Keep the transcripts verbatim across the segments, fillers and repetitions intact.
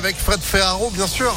avec Fred Ferraro, bien sûr.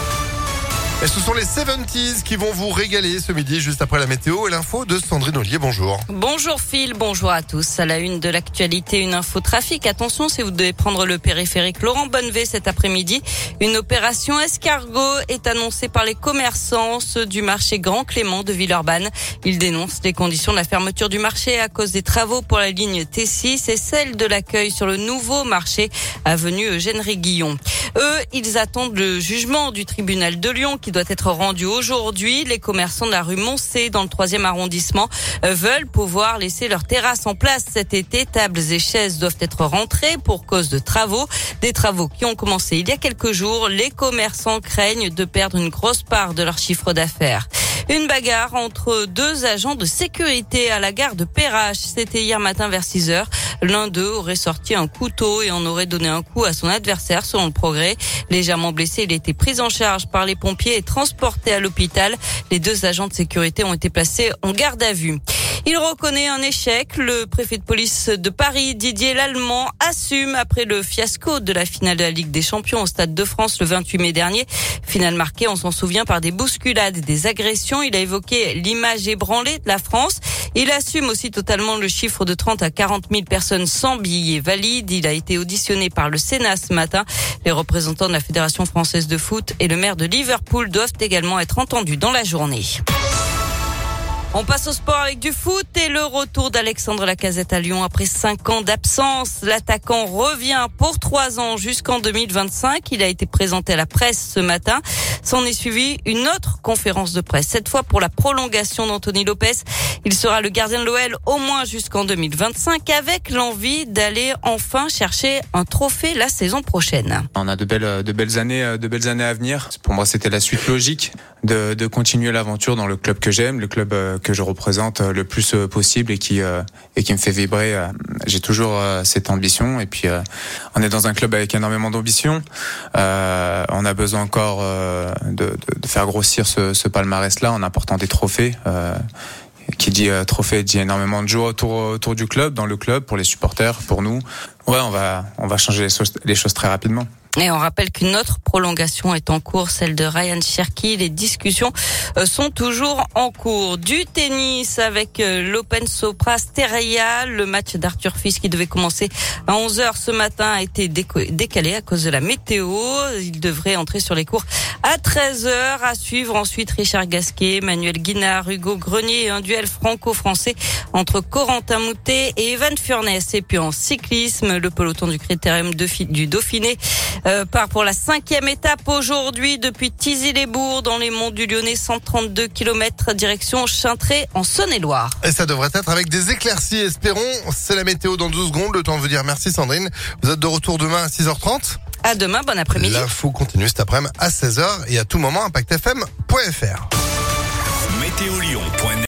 Et ce sont les soixante-dix qui vont vous régaler ce midi, juste après la météo et l'info de Sandrine Ollier. Bonjour. Bonjour Phil, bonjour à tous. À la une de l'actualité, une info trafic. Attention si vous devez prendre le périphérique Laurent Bonnevet cet après-midi. Une opération escargot est annoncée par les commerçants, ceux du marché Grand Clément de Villeurbanne. Ils dénoncent les conditions de la fermeture du marché à cause des travaux pour la ligne T six et celle de l'accueil sur le nouveau marché avenue Eugène-Réguillon. Eux, ils attendent le jugement du tribunal de Lyon qui doit être rendu aujourd'hui. Les commerçants de la rue Moncé dans le troisième arrondissement veulent pouvoir laisser leurs terrasses en place cet été. Tables et chaises doivent être rentrées pour cause de travaux. Des travaux qui ont commencé il y a quelques jours. Les commerçants craignent de perdre une grosse part de leur chiffre d'affaires. Une bagarre entre deux agents de sécurité à la gare de Perrache. C'était hier matin vers six heures. L'un d'eux aurait sorti un couteau et en aurait donné un coup à son adversaire, selon le Progrès. Légèrement blessé, il a été pris en charge par les pompiers et transporté à l'hôpital. Les deux agents de sécurité ont été placés en garde à vue. Il reconnaît un échec. Le préfet de police de Paris, Didier Lallemand, assume après le fiasco de la finale de la Ligue des Champions au Stade de France le vingt-huit mai dernier. Finale marquée, on s'en souvient, par des bousculades et des agressions. Il a évoqué l'image ébranlée de la France. Il assume aussi totalement le chiffre de trente à quarante mille personnes sans billets valides. Il a été auditionné par le Sénat ce matin. Les représentants de la Fédération française de foot et le maire de Liverpool doivent également être entendus dans la journée. On passe au sport avec du foot et le retour d'Alexandre Lacazette à Lyon après cinq ans d'absence. L'attaquant revient pour trois ans jusqu'en deux mille vingt-cinq. Il a été présenté à la presse ce matin. S'en est suivi une autre conférence de presse, cette fois pour la prolongation d'Anthony Lopez. Il sera le gardien de l'O L au moins jusqu'en deux mille vingt-cinq avec l'envie d'aller enfin chercher un trophée la saison prochaine. On a de belles, de belles années, de belles années à venir. Pour moi, c'était la suite logique de, de continuer l'aventure dans le club que j'aime, le club que je représente le plus possible et qui et qui me fait vibrer. J'ai toujours cette ambition et puis on est dans un club avec énormément d'ambition. Euh, on a besoin encore de, de, de faire grossir ce, ce palmarès-là en apportant des trophées. Euh, qui dit euh, trophée dit énormément de joie autour autour du club, dans le club, pour les supporters, pour nous. Ouais, on va on va changer les choses, les choses très rapidement. Et on rappelle qu'une autre prolongation est en cours, celle de Ryan Cherki. Les discussions sont toujours en cours. Du tennis avec l'Open Sopra Steria. Le match d'Arthur Fils qui devait commencer à onze heures ce matin a été décalé à cause de la météo. Il devrait entrer sur les cours à treize heures. À suivre ensuite Richard Gasquet, Manuel Guinard, Hugo Grenier et un duel franco-français entre Corentin Moutet et Evan Furness. Et puis en cyclisme, le peloton du Critérium du Dauphiné Euh, part pour la cinquième étape aujourd'hui depuis Tizy-les-Bourgs dans les monts du Lyonnais, cent trente-deux kilomètres direction Chintré en Saône-et-Loire. Et ça devrait être avec des éclaircies, espérons. C'est la météo dans douze secondes. Le temps de vous dire merci Sandrine. Vous êtes de retour demain à six heures trente. À demain, bon après-midi. L'info continue cet après-midi à seize heures et à tout moment impact f m point f r. météo lyon point net